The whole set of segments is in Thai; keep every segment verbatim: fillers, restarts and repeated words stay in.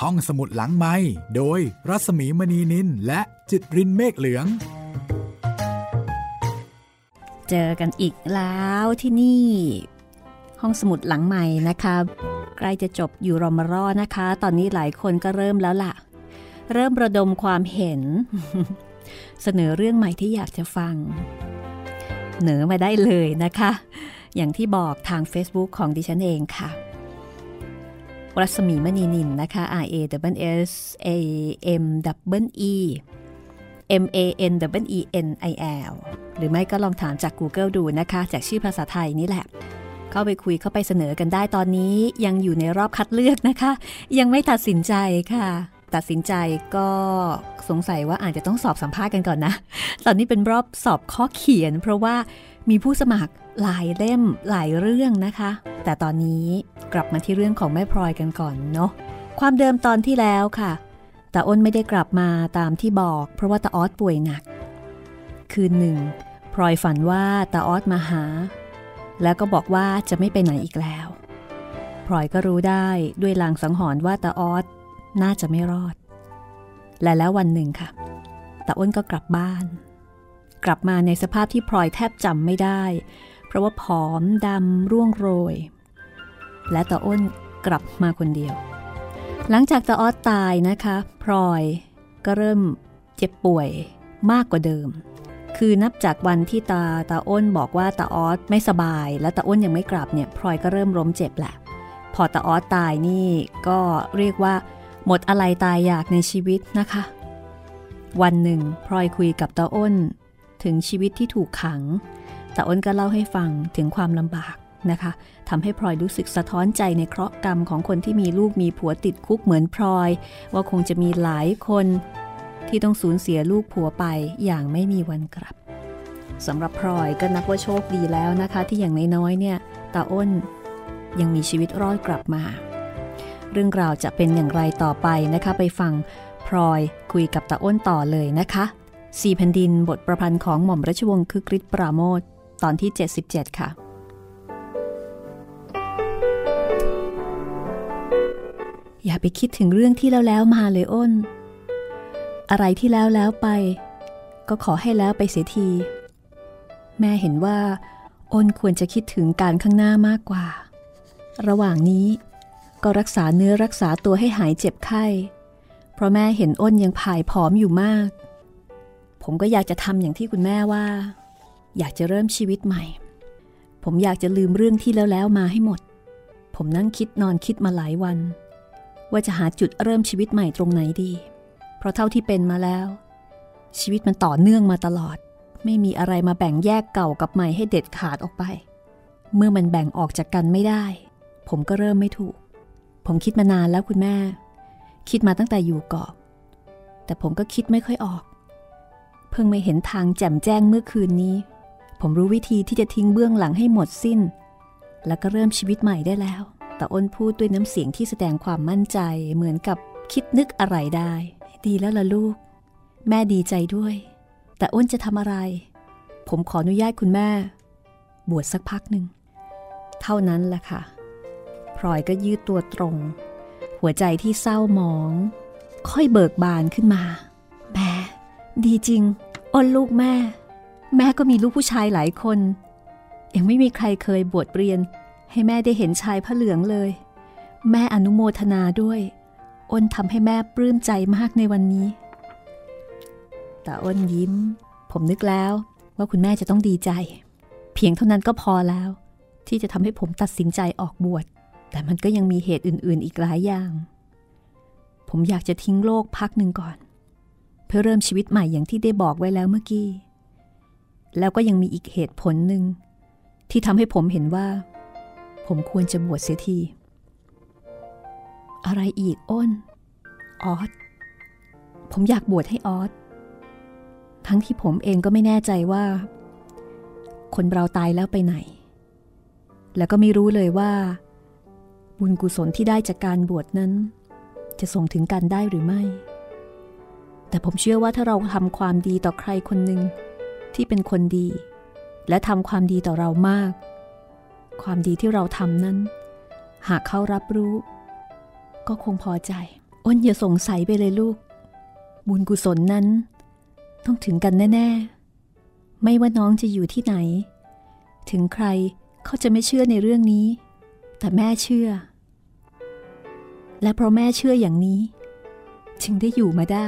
ห้องสมุดหลังไมค์โดยรัศมีมณีนินและจิตรินเมฆเหลืองเจอกันอีกแล้วที่นี่ห้องสมุดหลังใหม่นะคะใกล้จะจบอยู่รอมารอนะคะตอนนี้หลายคนก็เริ่มแล้วล่ะเริ่มระดมความเห็น เสนอเรื่องใหม่ที่อยากจะฟังเสนอมาได้เลยนะคะอย่างที่บอกทาง Facebook ของดิฉันเองค่ะรัศมีมณีนินนะคะ R A S S A M E M A N E N I L หรือไม่ก็ลองถามจาก Google ดูนะคะจากชื่อภาษาไทยนี่แหละเข้าไปคุยเข้าไปเสนอกันได้ตอนนี้ยังอยู่ในรอบคัดเลือกนะคะยังไม่ตัดสินใจค่ะตัดสินใจก็สงสัยว่าอาจจะต้องสอบสัมภาษณ์กันก่อนนะตอนนี้เป็นรอบสอบข้อเขียนเพราะว่ามีผู้สมัครหลายเล่มหลายเรื่องนะคะแต่ตอนนี้กลับมาที่เรื่องของแม่พลอยกันก่อนเนาะความเดิมตอนที่แล้วค่ะตาอ้นไม่ได้กลับมาตามที่บอกเพราะว่าตาออสป่วยหนักคืนหนึ่งพลอยฝันว่าตาออสมาหาแล้วก็บอกว่าจะไม่ไปไหนอีกแล้วพลอยก็รู้ได้ด้วยลางสังหรณ์ว่าตาออสน่าจะไม่รอดและแล้ววันหนึ่งค่ะตาอ้นก็กลับบ้านกลับมาในสภาพที่พลอยแทบจำไม่ได้เพราะว่าผอมดำร่วงโรยและตาอ้นกลับมาคนเดียวหลังจากตาออสตายนะคะพลอยก็เริ่มเจ็บป่วยมากกว่าเดิมคือนับจากวันที่ตาตาอ้นบอกว่าตาออสไม่สบายและตาอ้นยังไม่กลับเนี่ยพลอยก็เริ่มล้มเจ็บแหละพอตาออสตายนี่ก็เรียกว่าหมดอะไรตายอยากในชีวิตนะคะวันหนึ่งพลอยคุยกับตาอ้นถึงชีวิตที่ถูกขังตาอ้นก็เล่าให้ฟังถึงความลำบากนะคะทำให้พลอยรู้สึกสะท้อนใจในเคราะห์กรรมของคนที่มีลูกมีผัวติดคุกเหมือนพลอยว่าคงจะมีหลายคนที่ต้องสูญเสียลูกผัวไปอย่างไม่มีวันกลับสำหรับพลอยก็นับว่าโชคดีแล้วนะคะที่อย่างน้อยๆเนี่ยตาอ้นยังมีชีวิตรอดกลับมาเรื่องราวจะเป็นอย่างไรต่อไปนะคะไปฟังพลอยคุยกับตาอ้นต่อเลยนะคะสี่แผ่นดินบทประพันธ์ของหม่อมราชวงศ์คึกฤทธิ์ปราโมชตอนที่เจ็ดสิบเจ็ดค่ะอย่าไปคิดถึงเรื่องที่แล้วแล้วมาเลยอ้นอะไรที่แล้วแล้วไปก็ขอให้แล้วไปเสียทีแม่เห็นว่าอ้นควรจะคิดถึงการข้างหน้ามากกว่าระหว่างนี้ก็รักษาเนื้อรักษาตัวให้หายเจ็บไข้เพราะแม่เห็นอ้นยังผายผอมอยู่มากผมก็อยากจะทำอย่างที่คุณแม่ว่าอยากจะเริ่มชีวิตใหม่ผมอยากจะลืมเรื่องที่แล้วแล้วมาให้หมดผมนั่งคิดนอนคิดมาหลายวันว่าจะหาจุดเริ่มชีวิตใหม่ตรงไหนดีเพราะเท่าที่เป็นมาแล้วชีวิตมันต่อเนื่องมาตลอดไม่มีอะไรมาแบ่งแยกเก่ากับใหม่ให้เด็ดขาดออกไปเมื่อมันแบ่งออกจากกันไม่ได้ผมก็เริ่มไม่ถูกผมคิดมานานแล้วคุณแม่คิดมาตั้งแต่อยู่เกาะแต่ผมก็คิดไม่ค่อยออกเพิ่งไม่เห็นทางแจ่มแจ้งเมื่อคืนนี้ผมรู้วิธีที่จะทิ้งเบื้องหลังให้หมดสิ้นแล้วก็เริ่มชีวิตใหม่ได้แล้วแต่อ้นพูดด้วยน้ำเสียงที่แสดงความมั่นใจเหมือนกับคิดนึกอะไรได้ดีแล้วล่ะลูกแม่ดีใจด้วยแต่อ้นจะทำอะไรผมขออนุญาตคุณแม่บวชสักพักหนึ่งเท่านั้นแหละค่ะพลอยก็ยืดตัวตรงหัวใจที่เศร้าหมองค่อยเบิกบานขึ้นมาแม่ดีจริงอ้นลูกแม่แม่ก็มีลูกผู้ชายหลายคนยังไม่มีใครเคยบวชเรียนให้แม่ได้เห็นชายผ้าเหลืองเลยแม่อนุโมทนาด้วยอ้นทำให้แม่ปลื้มใจมากในวันนี้แต่อ้นยิ้มผมนึกแล้วว่าคุณแม่จะต้องดีใจเพียงเท่านั้นก็พอแล้วที่จะทำให้ผมตัดสินใจออกบวชแต่มันก็ยังมีเหตุอื่นๆอีกหลายอย่างผมอยากจะทิ้งโลกพักหนึ่งก่อนเพื่อเริ่มชีวิตใหม่อย่างที่ได้บอกไว้แล้วเมื่อกี้แล้วก็ยังมีอีกเหตุผลหนึ่งที่ทำให้ผมเห็นว่าผมควรจะบวชเสียทีอะไรอีกอ้นออสผมอยากบวชให้ออสทั้งที่ผมเองก็ไม่แน่ใจว่าคนเราตายแล้วไปไหนแล้วก็ไม่รู้เลยว่าบุญกุศลที่ได้จากการบวชนั้นจะส่งถึงกันได้หรือไม่แต่ผมเชื่อว่าถ้าเราทำความดีต่อใครคนหนึ่งที่เป็นคนดีและทำความดีต่อเรามากความดีที่เราทำนั้นหากเขารับรู้ก็คงพอใจอ้นอย่าสงสัยไปเลยลูกบุญกุศลนั้นต้องถึงกันแน่ๆไม่ว่าน้องจะอยู่ที่ไหนถึงใครเขาจะไม่เชื่อในเรื่องนี้แต่แม่เชื่อและเพราะแม่เชื่ออย่างนี้จึงได้อยู่มาได้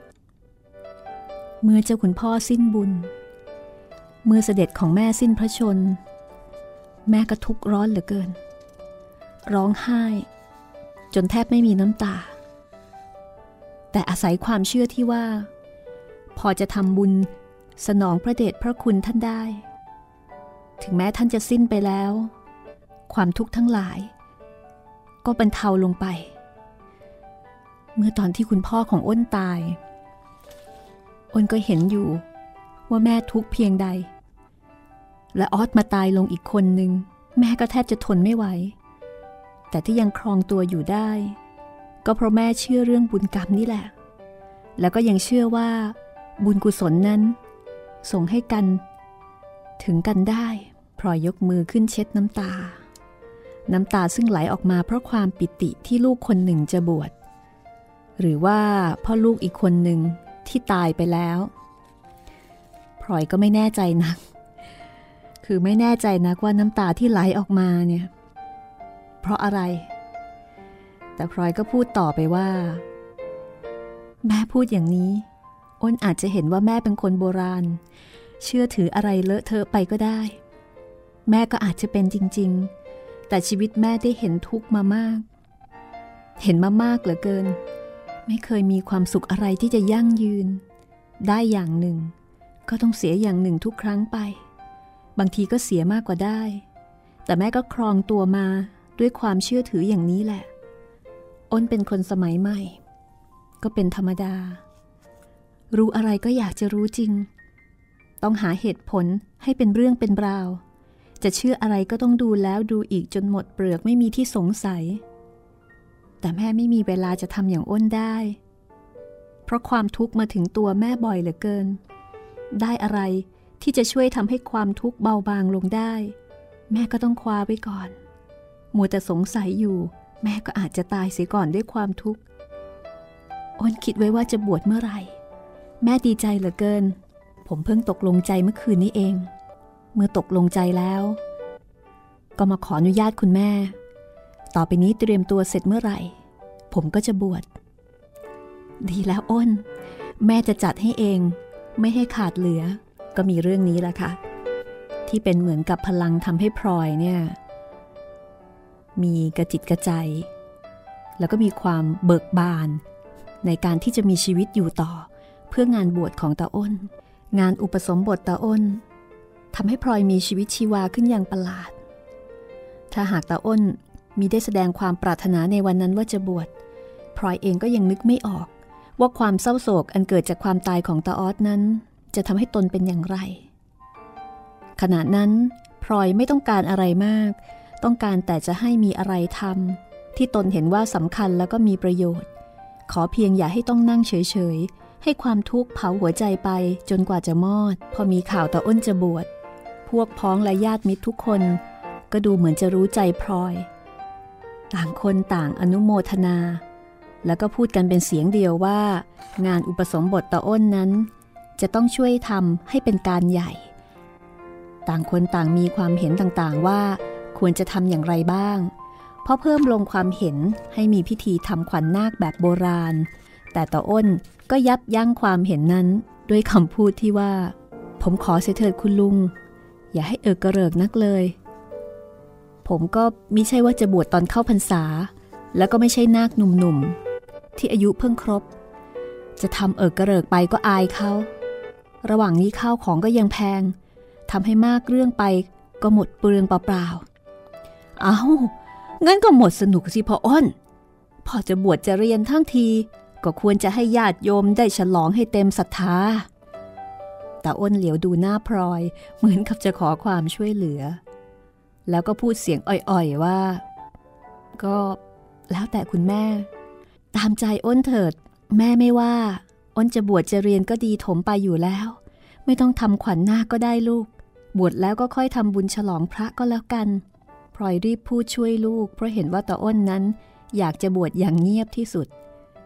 เมื่อเจ้าคุณพ่อสิ้นบุญเมื่อเสด็จของแม่สิ้นพระชนแม่ก็ทุกข์ร้อนเหลือเกินร้องไห้จนแทบไม่มีน้ำตาแต่อาศัยความเชื่อที่ว่าพอจะทำบุญสนองพระเดชพระคุณท่านได้ถึงแม้ท่านจะสิ้นไปแล้วความทุกข์ทั้งหลายก็บรรเทาลงไปเมื่อตอนที่คุณพ่อของอ้นตายอ้นก็เห็นอยู่ว่าแม่ทุกข์เพียงใดและออสมาตายลงอีกคนนึงแม่ก็แทบจะทนไม่ไหวแต่ที่ยังครองตัวอยู่ได้ก็เพราะแม่เชื่อเรื่องบุญกรรมนี่แหละแล้วก็ยังเชื่อว่าบุญกุศลนั้นส่งให้กันถึงกันได้พลอยยกมือขึ้นเช็ดน้ำตาน้ำตาซึ่งไหลออกมาเพราะความปิติที่ลูกคนหนึ่งจะบวชหรือว่าพ่อลูกอีกคนหนึ่งที่ตายไปแล้วพลอยก็ไม่แน่ใจนักคือไม่แน่ใจนักว่าน้ำตาที่ไหลออกมาเนี่ยเพราะอะไรแต่พลอยก็พูดต่อไปว่าแม่พูดอย่างนี้อ้นอาจจะเห็นว่าแม่เป็นคนโบราณเชื่อถืออะไรเลอะเทอะไปก็ได้แม่ก็อาจจะเป็นจริงๆแต่ชีวิตแม่ได้เห็นทุกข์มามากเห็นมามากเหลือเกินไม่เคยมีความสุขอะไรที่จะยั่งยืนได้อย่างหนึ่งก็ต้องเสียอย่างหนึ่งทุกครั้งไปบางทีก็เสียมากกว่าได้แต่แม่ก็ครองตัวมาด้วยความเชื่อถืออย่างนี้แหละอ้นเป็นคนสมัยใหม่ก็เป็นธรรมดารู้อะไรก็อยากจะรู้จริงต้องหาเหตุผลให้เป็นเรื่องเป็นราวจะเชื่ออะไรก็ต้องดูแล้วดูอีกจนหมดเปลือกไม่มีที่สงสัยแต่แม่ไม่มีเวลาจะทำอย่างอ้นได้เพราะความทุกข์มาถึงตัวแม่บ่อยเหลือเกินได้อะไรที่จะช่วยทำให้ความทุกข์เบาบางลงได้แม่ก็ต้องคว้าไว้ก่อนมัวแต่สงสัยอยู่แม่ก็อาจจะตายเสียก่อนด้วยความทุกข์อ้นคิดไว้ว่าจะบวชเมื่อไหร่แม่ดีใจเหลือเกินผมเพิ่งตกลงใจเมื่อคืนนี้เองเมื่อตกลงใจแล้วก็มาขออนุญาตคุณแม่ต่อไปนี้เตรียมตัวเสร็จเมื่อไหร่ผมก็จะบวชดีแล้วอ้นแม่จะจัดให้เองไม่ให้ขาดเหลือก็มีเรื่องนี้แหละค่ะที่เป็นเหมือนกับพลังทำให้พลอยเนี่ยมีกระจิตกระใจแล้วก็มีความเบิกบานในการที่จะมีชีวิตอยู่ต่อเพื่องานบวชของตาอ้นงานอุปสมบทตาอ้นทำให้พลอยมีชีวิตชีวาขึ้นอย่างประหลาดถ้าหากตาอ้นมีได้แสดงความปรารถนาในวันนั้นว่าจะบวชพลอยเองก็ยังนึกไม่ออกว่าความเศร้าโศกอันเกิดจากความตายของตาออสนั้นจะทำให้ตนเป็นอย่างไรขณะนั้นพลอยไม่ต้องการอะไรมากต้องการแต่จะให้มีอะไรทำที่ตนเห็นว่าสำคัญแล้วก็มีประโยชน์ขอเพียงอย่าให้ต้องนั่งเฉยๆให้ความทุกข์เผาหัวใจไปจนกว่าจะมอดพอมีข่าวตาอ้นจะบวชพวกพ้องและญาติมิตรทุกคนก็ดูเหมือนจะรู้ใจพลอยต่างคนต่างอนุโมทนาแล้วก็พูดกันเป็นเสียงเดียวว่างานอุปสมบทตาอ้นนั้นจะต้องช่วยทำให้เป็นการใหญ่ต่างคนต่างมีความเห็นต่างๆว่าควรจะทำอย่างไรบ้างเพราะเพิ่มลงความเห็นให้มีพิธีทำขวัญนาคแบบโบราณแต่ตาอ้นก็ยับยั้งความเห็นนั้นด้วยคำพูดที่ว่าผมขอเสียเถิดคุณลุงอย่าให้เอิกกระเริกนักเลยผมก็มิใช่ว่าจะบวชตอนเข้าพรรษาแล้วก็ไม่ใช่นาคหนุ่มๆที่อายุเพิ่งครบจะทำเอิกกระเริกไปก็อายเขาระหว่างนี้ข้าวของก็ยังแพงทำให้มากเรื่องไปก็หมดเปลืองเปล่าๆอ้าวงั้นก็หมดสนุกสิพ่ออ้นพอจะบวชจะเรียนทั้งทีก็ควรจะให้ญาติโยมได้ฉลองให้เต็มศรัทธาตาอ้นเหลียวดูหน้าพลอยเหมือนกับจะขอความช่วยเหลือแล้วก็พูดเสียงอ่อยๆว่าก็แล้วแต่คุณแม่ตามใจอ้นเถิดแม่ไม่ว่าอ้นจะบวชจะเรียนก็ดีถมไปอยู่แล้วไม่ต้องทำขวัญนาคก็ได้ลูกบวชแล้วก็ค่อยทำบุญฉลองพระก็แล้วกันพลอยรีบพูดช่วยลูกเพราะเห็นว่าตาอ้นนั้นอยากจะบวชอย่างเงียบที่สุด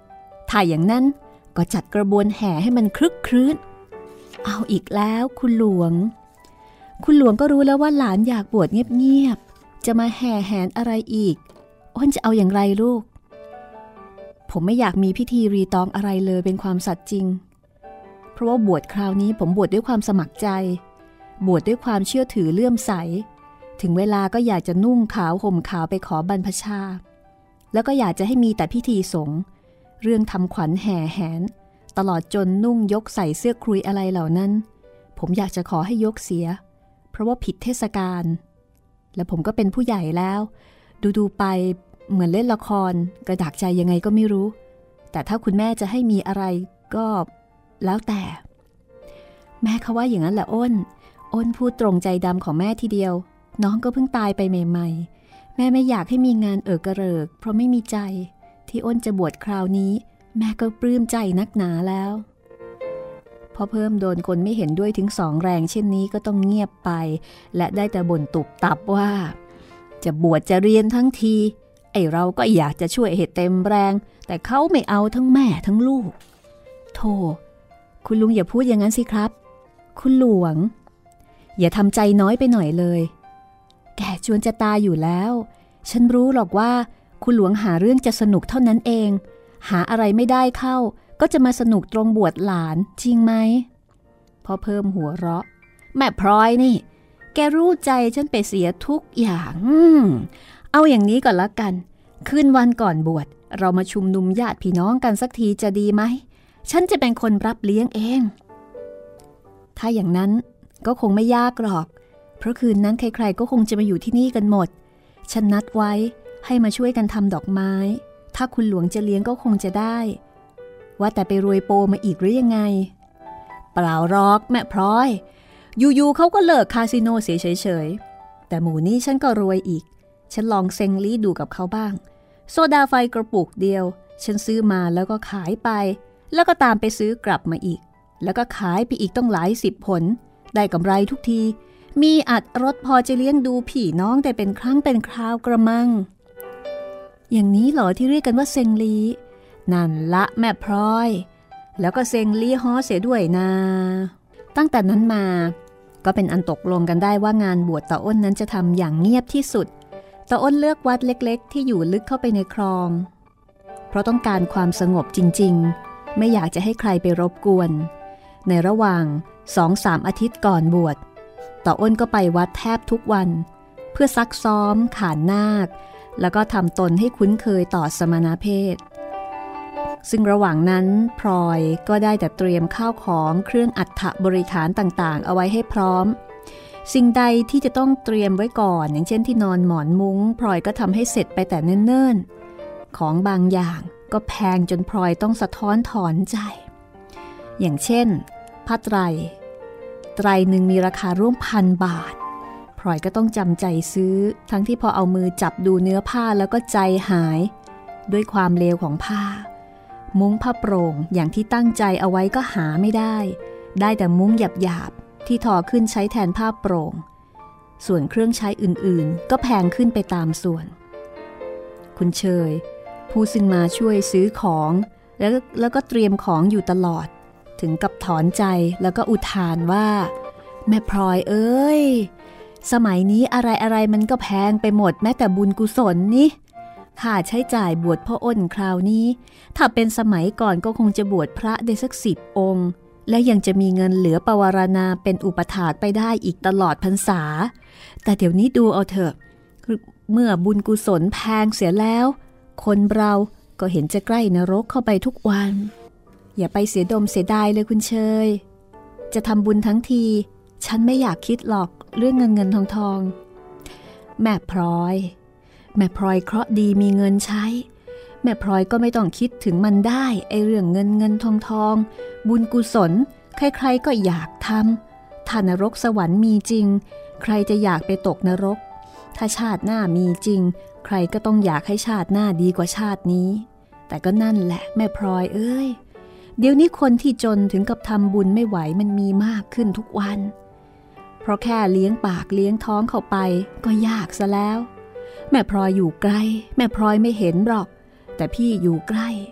ถ้าอย่างนั้นก็จัดกระบวนแห่ให้มันครึกครื้นเอาอีกแล้วคุณหลวงคุณหลวงก็รู้แล้วว่าหลานอยากบวชเงียบๆจะมาแห่แหนอะไรอีกอ้นจะเอาอย่างไรลูกผมไม่อยากมีพิธีรีตองอะไรเลยเป็นความสัตย์จริงเพราะว่าบวชคราวนี้ผมบวชด้วยความสมัครใจบวชด้วยความเชื่อถือเลื่อมใสถึงเวลาก็อยากจะนุ่งขาวห่มขาวไปขอบรรพชาแล้วก็อยากจะให้มีแต่พิธีสงฆ์เรื่องทำขวัญแห่แหนตลอดจนนุ่งยกใส่เสื้อคลุยอะไรเหล่านั้นผมอยากจะขอให้ยกเสียเพราะว่าผิดเทศกาลและผมก็เป็นผู้ใหญ่แล้วดูๆไปเหมือนเล่นละครกระดากใจยังไงก็ไม่รู้แต่ถ้าคุณแม่จะให้มีอะไรก็แล้วแต่แม่เขาว่าอย่างนั้นแหละอ้นอ้นพูดตรงใจดำของแม่ทีเดียวน้องก็เพิ่งตายไปใหม่ๆแม่ไม่อยากให้มีงานเอิกกระเริกเพราะไม่มีใจที่อ้นจะบวชคราวนี้แม่ก็ปลื้มใจนักหนาแล้วพอเพิ่มโดนคนไม่เห็นด้วยถึงสองแรงเช่นนี้ก็ต้องเงียบไปและได้แต่บ่นตุบตับว่าจะบวชจะเรียนทั้งทีไอเราก็อยากจะช่วยให้เต็มแรงแต่เขาไม่เอาทั้งแม่ทั้งลูกโธ่คุณลุงอย่าพูดอย่างนั้นสิครับคุณหลวงอย่าทำใจน้อยไปหน่อยเลยแกจวนจะตายอยู่แล้วฉันรู้หรอกว่าคุณหลวงหาเรื่องจะสนุกเท่านั้นเองหาอะไรไม่ได้เข้าก็จะมาสนุกตรงบวชหลานจริงไหมพอเพิ่มหัวเราะแม่พลอยนี่แกรู้ใจฉันไปเสียทุกอย่างอืมเอาอย่างนี้ก่อนละกันคืนวันก่อนบวชเรามาชุมนุมญาติพี่น้องกันสักทีจะดีไหมฉันจะเป็นคนรับเลี้ยงเองถ้าอย่างนั้นก็คงไม่ยากหรอกเพราะคืนนั้นใครๆก็คงจะมาอยู่ที่นี่กันหมดฉันนัดไว้ให้มาช่วยกันทำดอกไม้ถ้าคุณหลวงจะเลี้ยงก็คงจะได้ว่าแต่ไปรวยโปมาอีกหรือยังไงเปล่าหรอกแม่พลอยอยู่ๆเขาก็เลิกคาสิโนเสียเฉยๆแต่หมู่นี้ฉันก็รวยอีกฉันลองเซ็งลี่ดูกับเขาบ้างโซดาไฟกระปุกเดียวฉันซื้อมาแล้วก็ขายไปแล้วก็ตามไปซื้อกลับมาอีกแล้วก็ขายไปอีกต้องหลายสิบผลได้กำไรทุกทีมีอัดรถพอจะเลี้ยงดูพี่น้องแต่เป็นครั้งเป็นคราวกระมังอย่างนี้เหรอที่เรียกกันว่าเซ็งลีนั่นละแม่พลอยแล้วก็เซ็งลีฮอเสียด้วยนะตั้งแต่นั้นมาก็เป็นอันตกลงกันได้ว่างานบวชตาอ้นนั้นจะทำอย่างเงียบที่สุดตาอ้นเลือกวัดเล็กๆที่อยู่ลึกเข้าไปในคลองเพราะต้องการความสงบจริงๆไม่อยากจะให้ใครไปรบกวนในระหว่าง สองสาม อาทิตย์ก่อนบวชตาอ้นก็ไปวัดแทบทุกวันเพื่อซักซ้อมขานนาคแล้วก็ทำตนให้คุ้นเคยต่อสมณเพศซึ่งระหว่างนั้นพลอยก็ได้แต่เตรียมข้าวของเครื่องอัฐบริขารต่างๆเอาไว้ให้พร้อมสิ่งใดที่จะต้องเตรียมไว้ก่อนอย่างเช่นที่นอนหมอนมุ้งพลอยก็ทำให้เสร็จไปแต่เนิ่นๆของบางอย่างก็แพงจนพลอยต้องสะท้อนถอนใจอย่างเช่นผ้าไตรไตรหนึ่งมีราคาร่วมพันบาทพลอยก็ต้องจำใจซื้อทั้งที่พอเอามือจับดูเนื้อผ้าแล้วก็ใจหายด้วยความเลวของผ้ามุ้งผ้าโปร่งอย่างที่ตั้งใจเอาไว้ก็หาไม่ได้ได้แต่มุ้งหยาบๆที่ทอขึ้นใช้แทนผ้าโปร่งส่วนเครื่องใช้อื่นๆก็แพงขึ้นไปตามส่วนคุณเชยผู้ซึ่งมาช่วยซื้อของแล้วแล้วก็เตรียมของอยู่ตลอดถึงกับถอนใจแล้วก็อุทานว่าแม่พลอยเอ้ยสมัยนี้อะไรๆมันก็แพงไปหมดแม้แต่บุญกุศลนี่ค่าใช้จ่ายบวชพ่ออ้นคราวนี้ถ้าเป็นสมัยก่อนก็คงจะบวชพระได้สักสิบองค์และยังจะมีเงินเหลือปวารณาเป็นอุปถากไปได้อีกตลอดพรรษาแต่เดี๋ยวนี้ดูเอาเถอะเมื่อบุญกุศลแพงเสียแล้วคนเราก็เห็นจะใกล้นรกเข้าไปทุกวันอย่าไปเสียดมเสียดายเลยคุณเชยจะทำบุญทั้งทีฉันไม่อยากคิดหรอกเรื่องเงินเงินทองทองแม่พลอยแม่พลอยเคราะห์ดีมีเงินใช้แม่พลอยก็ไม่ต้องคิดถึงมันได้ไอเรื่องเงินเงินทองทองบุญกุศลใครๆก็อยากทำถ้านรกสวรรค์มีจริงใครจะอยากไปตกนรกถ้าชาติหน้ามีจริงใครก็ต้องอยากให้ชาติหน้าดีกว่าชาตินี้แต่ก็นั่นแหละแม่พลอยเอ้ยเดี๋ยวนี้คนที่จนถึงกับทำบุญไม่ไหวมันมีมากขึ้นทุกวันเพราะแค่เลี้ยงปากเลี้ยงท้องเข้าไปก็ยากซะแล้วแม่พลอยอยู่ไกลแม่พลอยไม่เห็นหรอกแต่พี่อยู่ใกล้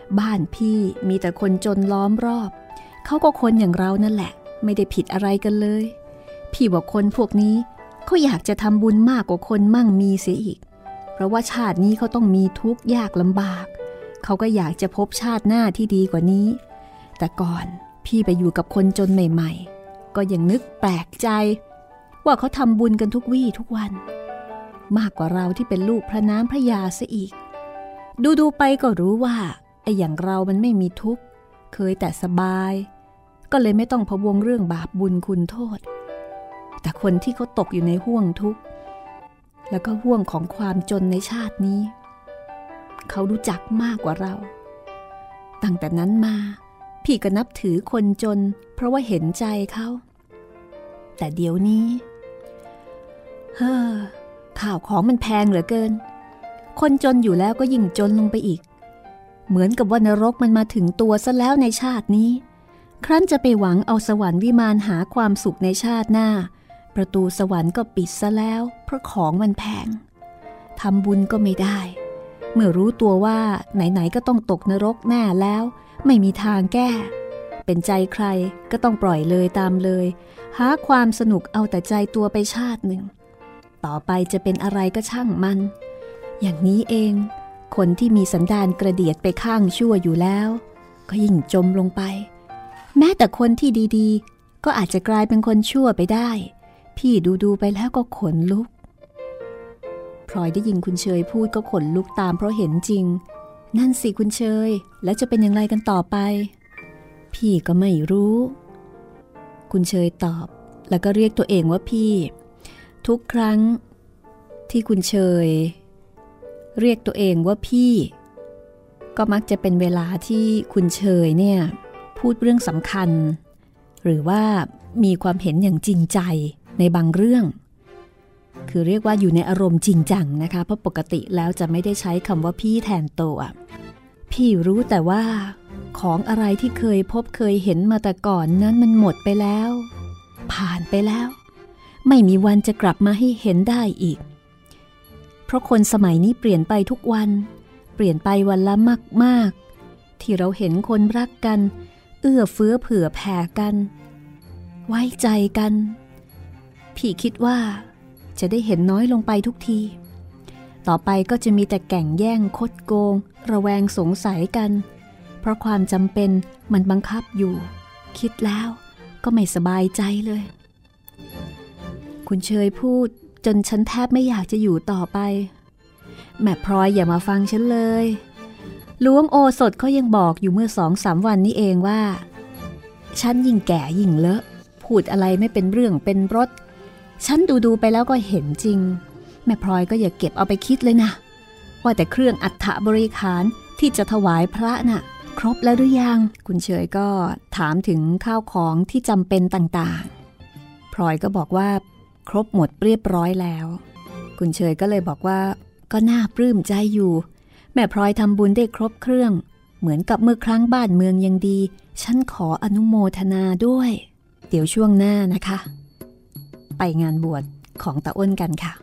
บ้านพี่มีแต่คนจนล้อมรอบเขาก็คนอย่างเรานั่นแหละไม่ได้ผิดอะไรกันเลยพี่ว่าคนพวกนี้เขาอยากจะทำบุญมากกว่าคนมั่งมีเสียอีกเพราะว่าชาตินี้เขาต้องมีทุกข์ยากลำบากเขาก็อยากจะพบชาติหน้าที่ดีกว่านี้แต่ก่อนพี่ไปอยู่กับคนจนใหม่ๆก็ยังนึกแปลกใจว่าเขาทำบุญกันทุกวี่ทุกวันมากกว่าเราที่เป็นลูกพระน้ำพระยาซะอีกดูดูไปก็รู้ว่าไอ้อย่างเรามันไม่มีทุกข์เคยแต่สบายก็เลยไม่ต้องพะวงเรื่องบาปบุญคุณโทษแต่คนที่เขาตกอยู่ในห้วงทุกข์แล้วก็ห้วงของความจนในชาตินี้เขารู้จักมากกว่าเราตั้งแต่นั้นมาพี่ก็นับถือคนจนเพราะว่าเห็นใจเขาแต่เดี๋ยวนี้เฮ้อข่าวของมันแพงเหลือเกินคนจนอยู่แล้วก็ยิ่งจนลงไปอีกเหมือนกับว่านรกมันมาถึงตัวซะแล้วในชาตินี้ครั้นจะไปหวังเอาสวรรค์วิมานหาความสุขในชาติหน้าประตูสวรรค์ก็ปิดซะแล้วเพราะของมันแพงทำบุญก็ไม่ได้เมื่อรู้ตัวว่าไหนๆก็ต้องตกนรกแน่แล้วไม่มีทางแก้เป็นใจใครก็ต้องปล่อยเลยตามเลยหาความสนุกเอาแต่ใจตัวไปชาติหนึ่งต่อไปจะเป็นอะไรก็ช่างมันอย่างนี้เองคนที่มีสันดานกระเดียดไปข้างชั่วอยู่แล้วก็ยิ่งจมลงไปแม้แต่คนที่ดีๆก็อาจจะกลายเป็นคนชั่วไปได้พี่ดูๆไปแล้วก็ขนลุกพลอยได้ยินคุณเชยพูดก็ขนลุกตามเพราะเห็นจริงนั่นสิคุณเชยแล้วจะเป็นอย่างไรกันต่อไปพี่ก็ไม่รู้คุณเชยตอบแล้วก็เรียกตัวเองว่าพี่ทุกครั้งที่คุณเชยเรียกตัวเองว่าพี่ก็มักจะเป็นเวลาที่คุณเชยเนี่ยพูดเรื่องสำคัญหรือว่ามีความเห็นอย่างจริงใจในบางเรื่องคือเรียกว่าอยู่ในอารมณ์จริงจังนะคะเพราะปกติแล้วจะไม่ได้ใช้คำว่าพี่แทนตัวพี่รู้แต่ว่าของอะไรที่เคยพบเคยเห็นมาแต่ก่อนนั้นมันหมดไปแล้วผ่านไปแล้วไม่มีวันจะกลับมาให้เห็นได้อีกเพราะคนสมัยนี้เปลี่ยนไปทุกวันเปลี่ยนไปวันละมากๆที่เราเห็นคนรักกันเอื้อเฟื้อเผื่อแผ่กันไว้ใจกันพี่คิดว่าจะได้เห็นน้อยลงไปทุกทีต่อไปก็จะมีแต่แก่งแย่งคดโกงระแวงสงสัยกันเพราะความจำเป็นมันบังคับอยู่คิดแล้วก็ไม่สบายใจเลยคุณเชยพูดจนฉันแทบไม่อยากจะอยู่ต่อไปแม่พลอยอย่ามาฟังฉันเลยล้วงโอสถเขายังบอกอยู่เมื่อสองสามวันนี้เองว่าฉันยิ่งแก่ยิ่งเลอะพูดอะไรไม่เป็นเรื่องเป็นรสฉันดูๆไปแล้วก็เห็นจริงแม่พลอยก็อย่าเก็บเอาไปคิดเลยนะว่าแต่เครื่องอัฐบริขารที่จะถวายพระน่ะครบแล้วหรือยังคุณเชยก็ถามถึงข้าวของที่จำเป็นต่างๆพลอยก็บอกว่าครบหมดเรียบร้อยแล้วคุณเชยก็เลยบอกว่าก็น่าปลื้มใจอยู่แม่พลอยทำบุญได้ครบเครื่องเหมือนกับเมื่อครั้งบ้านเมืองยังดีฉันขออนุโมทนาด้วยเดี๋ยวช่วงหน้านะคะไปงานบวชของตาอ้นกันค่ะ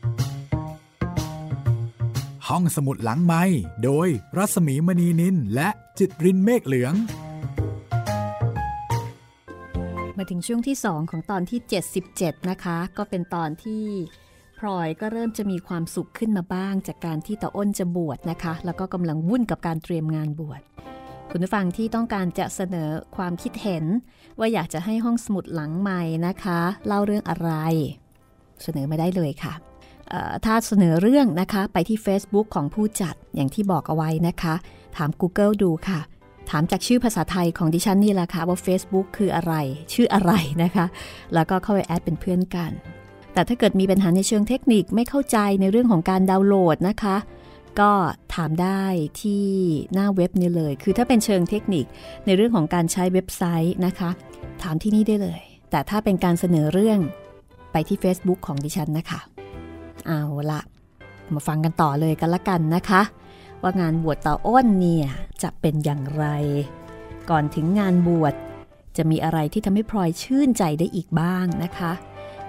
ห้องสมุดหลังไมค์โดยรัศมีมณีนินและจิตรินเมฆเหลืองมาถึงช่วงที่สองของตอนที่เจ็ดสิบเจ็ดนะคะก็เป็นตอนที่พลอยก็เริ่มจะมีความสุขขึ้นมาบ้างจากการที่ตาอ้นจะบวชนะคะแล้วก็กำลังวุ่นกับการเตรียมงานบวชคุณผู้ฟังที่ต้องการจะเสนอความคิดเห็นว่าอยากจะให้ห้องสมุดหลังไมค์นะคะเล่าเรื่องอะไรเสนอมาได้เลยค่ะถ้าเสนอเรื่องนะคะไปที่ Facebook ของผู้จัดอย่างที่บอกเอาไว้นะคะถาม Google ดูค่ะถามจากชื่อภาษาไทยของดิฉันนี่แหละค่ะว่า Facebook คืออะไรชื่ออะไรนะคะแล้วก็เข้าไปแอดเป็นเพื่อนกันแต่ถ้าเกิดมีปัญหาในเชิงเทคนิคไม่เข้าใจในเรื่องของการดาวน์โหลดนะคะก็ถามได้ที่หน้าเว็บนี่เลยคือถ้าเป็นเชิงเทคนิคในเรื่องของการใช้เว็บไซต์นะคะถามที่นี่ได้เลยแต่ถ้าเป็นการเสนอเรื่องไปที่ Facebook ของดิฉันนะคะเอาละมาฟังกันต่อเลยกันละกันนะคะว่างานบวชตาอ้นเนี่ยจะเป็นอย่างไรก่อนถึงงานบวชจะมีอะไรที่ทำให้พลอยชื่นใจได้อีกบ้างนะคะ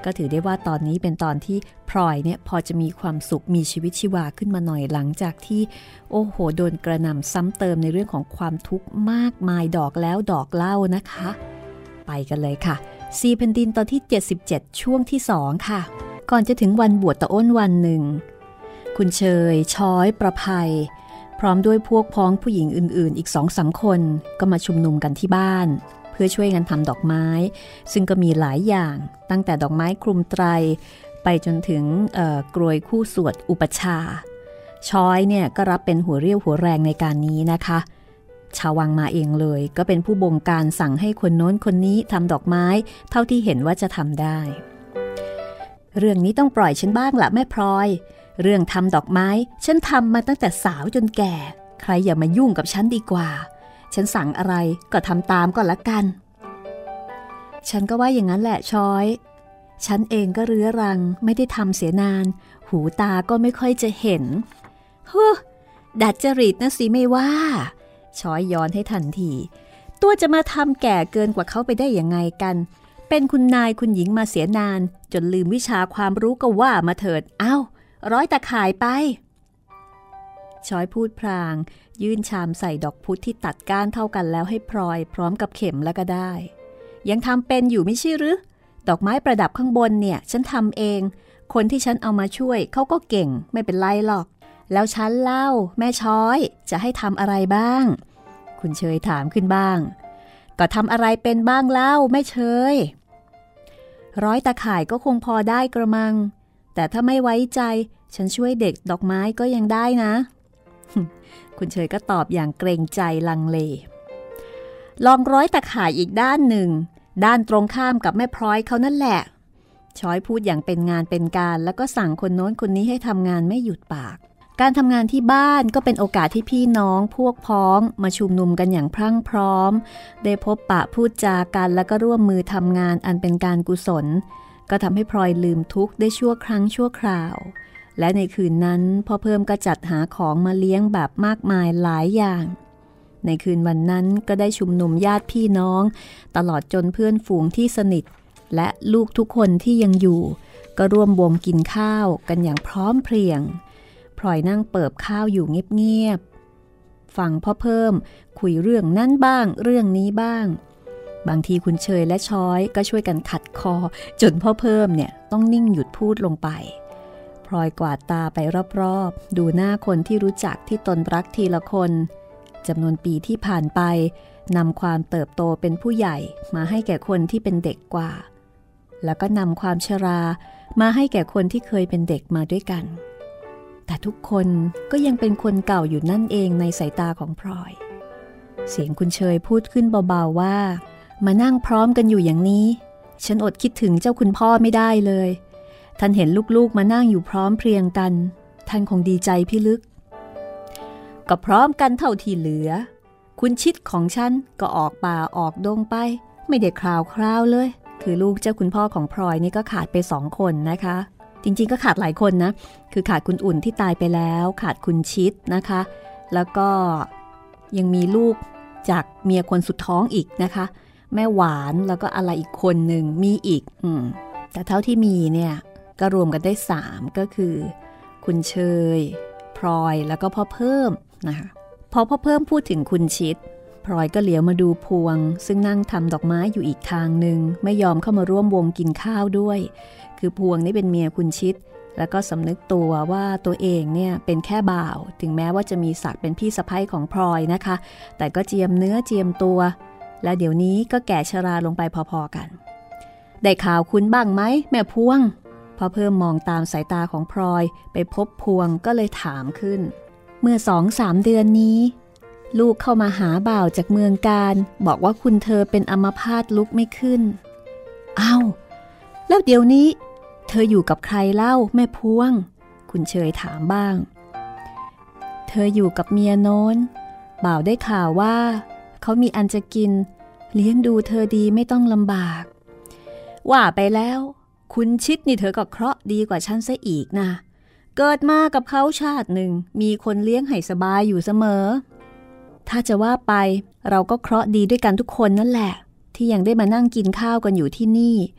ก็ถือได้ว่าตอนนี้เป็นตอนที่พลอยเนี่ยพอจะมีความสุขมีชีวิตชีวาขึ้นมาหน่อยหลังจากที่โอ้โหโดนกระหน่ำซ้ำเติมในเรื่องของความทุกข์มากมายดอกแล้วดอกเล่านะคะไปกันเลยค่ะสี่แผ่นดินตอนที่เจ็ดสิบเจ็ดช่วงที่สองค่ะก่อนจะถึงวันบวชตะอ้นวันหนึ่งคุณเชยช้อยประภัยพร้อมด้วยพวกพ้องผู้หญิงอื่นๆอีก สองสาม คนก็มาชุมนุมกันที่บ้านเพื่อช่วยกันทำดอกไม้ซึ่งก็มีหลายอย่างตั้งแต่ดอกไม้คลุมไตรไปจนถึงกรวยคู่สวดอุปชาช้อยเนี่ยก็รับเป็นหัวเรี่ยวหัวแรงในการนี้นะคะชาววังมาเองเลยก็เป็นผู้บงการสั่งให้คนโน้นคนนี้ทำดอกไม้เท่าที่เห็นว่าจะทำได้เรื่องนี้ต้องปล่อยฉันบ้างละแม่พลอยเรื่องทำดอกไม้ฉันทำมาตั้งแต่สาวจนแก่ใครอย่ามายุ่งกับฉันดีกว่าฉันสั่งอะไรก็ทำตามก็แล้วกันฉันก็ว่าอย่างนั้นแหละช้อยฉันเองก็เรื้อรังไม่ได้ทำเสียนานหูตาก็ไม่ค่อยจะเห็นเฮ้อดัดจริตนะสิไม่ว่าช้อยย้อนให้ทันทีตัวจะมาทำแก่เกินกว่าเขาไปได้ยังไงกันเป็นคุณนายคุณหญิงมาเสียนานจนลืมวิชาความรู้ก็ว่ามาเถิดเอ้าร้อยตะข่ายไปช้อยพูดพลางยื่นชามใส่ดอกพุธที่ตัดก้านเท่ากันแล้วให้พลอยพร้อมกับเข็มแล้วก็ได้ยังทำเป็นอยู่ไม่ใช่หรือดอกไม้ประดับข้างบนเนี่ยฉันทำเองคนที่ฉันเอามาช่วยเขาก็เก่งไม่เป็นไรหรอกแล้วฉันเล่าแม่ช้อยจะให้ทำอะไรบ้างคุณเชยถามขึ้นบ้างก็ทำอะไรเป็นบ้างเล่าแม่เชยร้อยตะข่ายก็คงพอได้กระมังแต่ถ้าไม่ไว้ใจฉันช่วยเด็กดอกไม้ก็ยังได้นะคุณเชยก็ตอบอย่างเกรงใจลังเลลองร้อยตะข่ายอีกด้านหนึ่งด้านตรงข้ามกับแม่พลอยเขานั่นแหละช้อยพูดอย่างเป็นงานเป็นการแล้วก็สั่งคนโน้นคนนี้ให้ทำงานไม่หยุดปากการทำงานที่บ้านก็เป็นโอกาสที่พี่น้องพวกพ้องมาชุมนุมกันอย่างพรั่งพร้อมได้พบปะพูดจากันแล้วก็ร่วมมือทำงานอันเป็นการกุศลก็ทำให้พลอยลืมทุกข์ได้ชั่วครั้งชั่วคราวและในคืนนั้นพ่อเพิ่มก็จัดหาของมาเลี้ยงแบบมากมายหลายอย่างในคืนวันนั้นก็ได้ชุมนุมญาติพี่น้องตลอดจนเพื่อนฝูงที่สนิทและลูกทุกคนที่ยังอยู่ก็ร่วมวงกินข้าวกันอย่างพร้อมเพรียงพลอยนั่งเปิบข้าวอยู่เงียบๆฟังพ่อเพิ่มคุยเรื่องนั้นบ้างเรื่องนี้บ้างบางทีคุณเชยและช้อยก็ช่วยกันขัดคอจนพ่อเพิ่มเนี่ยต้องนิ่งหยุดพูดลงไปพลอยกวาดตาไปรอบๆดูหน้าคนที่รู้จักที่ตนรักทีละคนจำนวนปีที่ผ่านไปนำความเติบโตเป็นผู้ใหญ่มาให้แก่คนที่เป็นเด็กกว่าแล้วก็นำความชรามาให้แก่คนที่เคยเป็นเด็กมาด้วยกันแต่ทุกคนก็ยังเป็นคนเก่าอยู่นั่นเองในสายตาของพลอยเสียงคุณเชยพูดขึ้นเบาๆว่ามานั่งพร้อมกันอยู่อย่างนี้ฉันอดคิดถึงเจ้าคุณพ่อไม่ได้เลยท่านเห็นลูกๆมานั่งอยู่พร้อมเพรียงกันท่านคงดีใจพิลึกก็พร้อมกันเท่าที่เหลือคุณชิดของฉันก็ออกป่าออกดงไปไม่ได้คราวคราวเลยคือลูกเจ้าคุณพ่อของพลอยนี่ก็ขาดไปสองคนนะคะจริงๆก็ขาดหลายคนนะคือขาดคุณอุ่นที่ตายไปแล้วขาดคุณชิดนะคะแล้วก็ยังมีลูกจากเมียคนสุดท้องอีกนะคะแม่หวานแล้วก็อะไรอีกคนหนึ่งมีอีกอืมแต่เท่าที่มีเนี่ยก็รวมกันได้สามก็คือคุณเชยพลอยแล้วก็พ่อเพิ่มนะคะพอพ่อเพิ่มพูดถึงคุณชิดพลอยก็เหลียวมาดูพวงซึ่งนั่งทำดอกไม้อยู่อีกทางหนึ่งไม่ยอมเข้ามาร่วมวงกินข้าวด้วยคือพวงนี่เป็นเมียคุณชิดแล้วก็สำนึกตัวว่าตัวเองเนี่ยเป็นแค่บ่าวถึงแม้ว่าจะมีศักดิ์เป็นพี่สะใภ้ของพลอยนะคะแต่ก็เจียมเนื้อเจียมตัวและเดี๋ยวนี้ก็แก่ชราลงไปพอๆกันได้ข่าวคุณบ้างไหมแม่พวงพอเพิ่มมองตามสายตาของพลอยไปพบพวงก็เลยถามขึ้นเมื่อสองสามเดือนนี้ลูกเข้ามาหาบ่าวจากเมืองการบอกว่าคุณเธอเป็นอัมพาตลุกไม่ขึ้นอ้าวแล้วเดี๋ยวนี้เธออยู่กับใครเล่าแม่พวงคุณเชยถามบ้างเธออยู่กับเมียโน้นบ่าวได้ข่าวว่าเขามีอันจะกินเลี้ยงดูเธอดีไม่ต้องลำบากว่าไปแล้วคุณชิดนี่เธอก็เคราะห์ดีกว่าฉันซะอีกนะเกิดมากับเขาชาติหนึ่งมีคนเลี้ยงให้สบายอยู่เสมอถ้าจะว่าไปเราก็เคราะห์ดีด้วยกันทุกคนนั่นแหละที่ยังได้มานั่งกินข้าวกันอยู่ที่นี่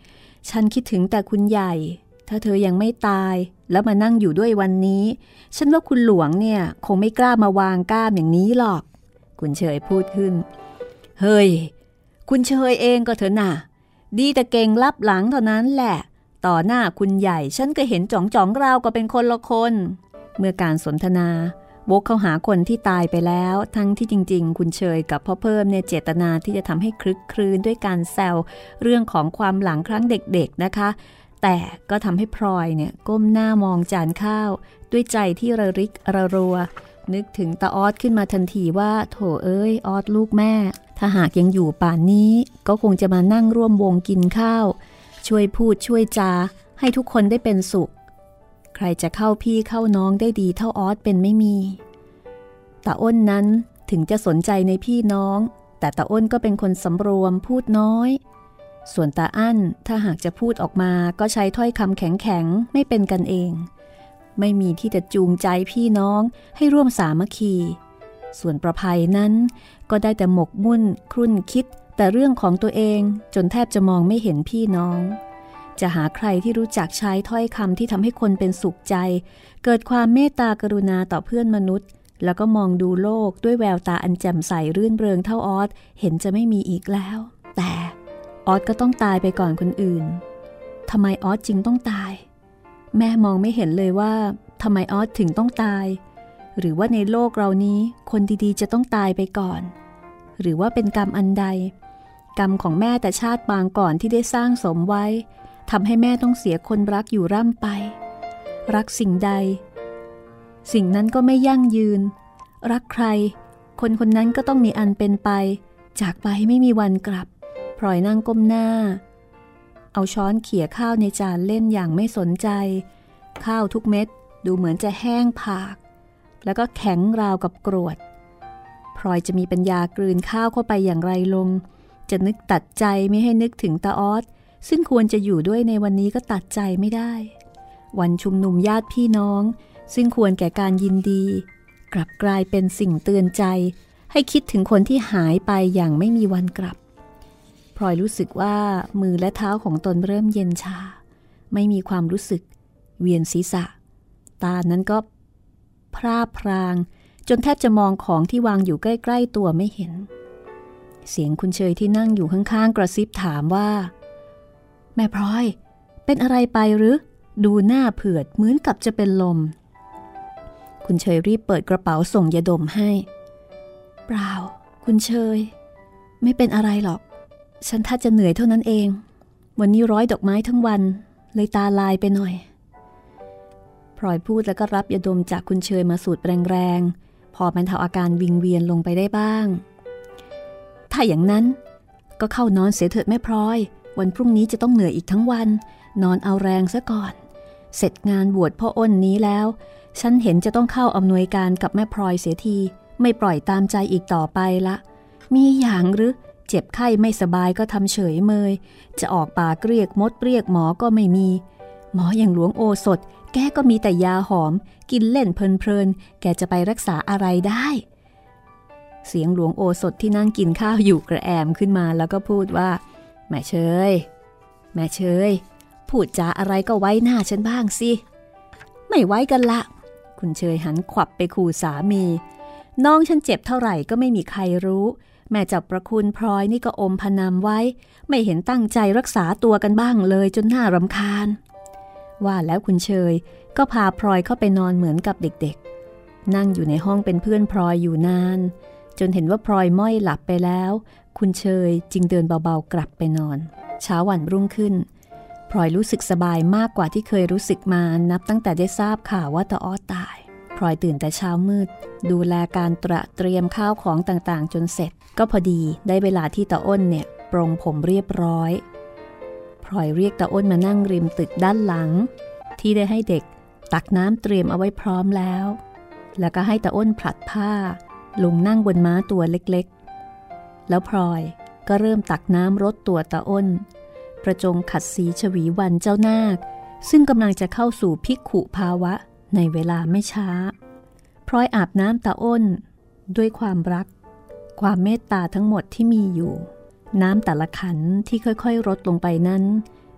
ฉันคิดถึงแต่คุณใหญ่ถ้าเธอยังไม่ตายแล้วมานั่งอยู่ด้วยวันนี้ฉันว่าคุณหลวงเนี่ยคงไม่กล้ามาวางก้ามอย่างนี้หรอกคุณเฉยพูดขึ้นเฮ้ยคุณเฉยเองก็เถอะน่ะดีแต่เก่งลับหลังเท่านั้นแหละต่อหน้าคุณใหญ่ฉันก็เห็นจ่องจ่องเราก็เป็นคนละคนเมื่อการสนทนาวกเข้าหาคนที่ตายไปแล้วทั้งที่จริงๆคุณเฉยกับพ่อเพิ่มเนี่ยเจตนาที่จะทำให้คลึกครื้นด้วยการแซวเรื่องของความหลังครั้งเด็กๆนะคะแต่ก็ทำให้พลอยเนี่ยก้มหน้ามองจานข้าวด้วยใจที่ระริกระรัวนึกถึงตาออดขึ้นมาทันทีว่าโถเอ้ยออดลูกแม่ถ้าหากยังอยู่ป่านนี้ก็คงจะมานั่งร่วมวงกินข้าวช่วยพูดช่วยจาให้ทุกคนได้เป็นสุขใครจะเข้าพี่เข้าน้องได้ดีเท่าออดเป็นไม่มีตาอ้นนั้นถึงจะสนใจในพี่น้องแต่ตาอ้นก็เป็นคนสำรวมพูดน้อยส่วนตาอั้นถ้าหากจะพูดออกมาก็ใช้ถ้อยคำแข็งๆไม่เป็นกันเองไม่มีที่จะจูงใจพี่น้องให้ร่วมสามัคคีส่วนประภัยนั้นก็ได้แต่หมกมุ่นครุ่นคิดแต่เรื่องของตัวเองจนแทบจะมองไม่เห็นพี่น้องจะหาใครที่รู้จักใช้ถ้อยคำที่ทำให้คนเป็นสุขใจเกิดความเมตตากรุณาต่อเพื่อนมนุษย์แล้วก็มองดูโลกด้วยแววตาอันแจ่มใสรื่นเริงเท่าออสเห็นจะไม่มีอีกแล้วแต่ออสก็ต้องตายไปก่อนคนอื่นทำไมออสจึงต้องตายแม่มองไม่เห็นเลยว่าทำไมออสถึงต้องตายหรือว่าในโลกเรานี้คนดีๆจะต้องตายไปก่อนหรือว่าเป็นกรรมอันใดกรรมของแม่แต่ชาติปางก่อนที่ได้สร้างสมไว้ทำให้แม่ต้องเสียคนรักอยู่ร่ำไปรักสิ่งใดสิ่งนั้นก็ไม่ยั่งยืนรักใครคนคนนั้นก็ต้องมีอันเป็นไปจากไปไม่มีวันกลับพลอยนั่งก้มหน้าเอาช้อนเขี่ยข้าวในจานเล่นอย่างไม่สนใจข้าวทุกเม็ดดูเหมือนจะแห้งผากแล้วก็แข็งราวกับกรวดพลอยจะมีปัญญากลืนข้าวเข้าไปอย่างไรลงจะนึกตัดใจไม่ให้นึกถึงตาออสซึ่งควรจะอยู่ด้วยในวันนี้ก็ตัดใจไม่ได้วันชุมนุมญาติพี่น้องซึ่งควรแก่การยินดีกลับกลายเป็นสิ่งเตือนใจให้คิดถึงคนที่หายไปอย่างไม่มีวันกลับพลอยรู้สึกว่ามือและเท้าของตนเริ่มเย็นชาไม่มีความรู้สึกเวียนศีรษะตานั้นก็พร่าพรางจนแทบจะมองของที่วางอยู่ใกล้ๆตัวไม่เห็นเสียงคุณเชยที่นั่งอยู่ข้างๆกระซิบถามว่าแม่พลอยเป็นอะไรไปหรือดูหน้าเผือดเหมือนกับจะเป็นลมคุณเชยรีบเปิดกระเป๋าส่งยาดมให้เปล่าคุณเชยไม่เป็นอะไรหรอกฉันถ้าจะเหนื่อยเท่านั้นเองวันนี้ร้อยดอกไม้ทั้งวันเลยตาลายไปหน่อยพลอยพูดแล้วก็รับยาดมจากคุณเชยมาสูดแรงๆพอบรรเทาอาการวิงเวียนลงไปได้บ้างถ้าอย่างนั้นก็เข้านอนเสียเถิดแม่พลอยวันพรุ่งนี้จะต้องเหนื่อยอีกทั้งวันนอนเอาแรงซะก่อนเสร็จงานบวชพ่ออ้นนี้แล้วฉันเห็นจะต้องเข้าอำนวยการกับแม่พลอยเสียทีไม่ปล่อยตามใจอีกต่อไปละมีอย่างหรือเจ็บไข้ไม่สบายก็ทำเฉยเมยจะออกปากเรียกมดเรียกหมอก็ไม่มีหมออย่างหลวงโอสถแกก็มีแต่ยาหอมกินเล่นเพลินๆแกจะไปรักษาอะไรได้เสียงหลวงโอสถที่นั่งกินข้าวอยู่กระแอมขึ้นมาแล้วก็พูดว่าแม่เชยแม่เชยพูดจาอะไรก็ไว้หน้าฉันบ้างสิไม่ไว้กันละคุณเชยหันขวับไปขู่สามีน้องฉันเจ็บเท่าไหร่ก็ไม่มีใครรู้แม่จับประคุณพลอยนี่ก็อมพนามไว้ไม่เห็นตั้งใจรักษาตัวกันบ้างเลยจนน่ารำคาญว่าแล้วคุณเชยก็พาพลอยเข้าไปนอนเหมือนกับเด็กๆนั่งอยู่ในห้องเป็นเพื่อนพลอยอยู่นานจนเห็นว่าพลอยม้อยหลับไปแล้วคุณเชยจึงเดินเบาๆกลับไปนอนเช้าวันรุ่งขึ้นพลอยรู้สึกสบายมากกว่าที่เคยรู้สึกมานับตั้งแต่ได้ทราบข่าวว่าตาอ้อตายพลอยตื่นแต่เช้ามืดดูแลการตระเตรียมข้าวของต่างๆจนเสร็จก็พอดีได้เวลาที่ตาอ้นเนี่ยปรงผมเรียบร้อยพลอยเรียกตาอ้นมานั่งริมตึกด้านหลังที่ได้ให้เด็กตักน้ำเตรียมเอาไว้พร้อมแล้วแล้วก็ให้ตาอ้นผลัดผ้าลงนั่งบนม้าตัวเล็กๆแล้วพลอยก็เริ่มตักน้ำรดตัวตาอ้นประจงขัดสีชวีวันเจ้านาคซึ่งกำลังจะเข้าสู่ภิกขุภาวะในเวลาไม่ช้าพลอยอาบน้ำตาอ้นด้วยความรักความเมตตาทั้งหมดที่มีอยู่น้ำแต่ละขันที่ค่อยๆรดลงไปนั้น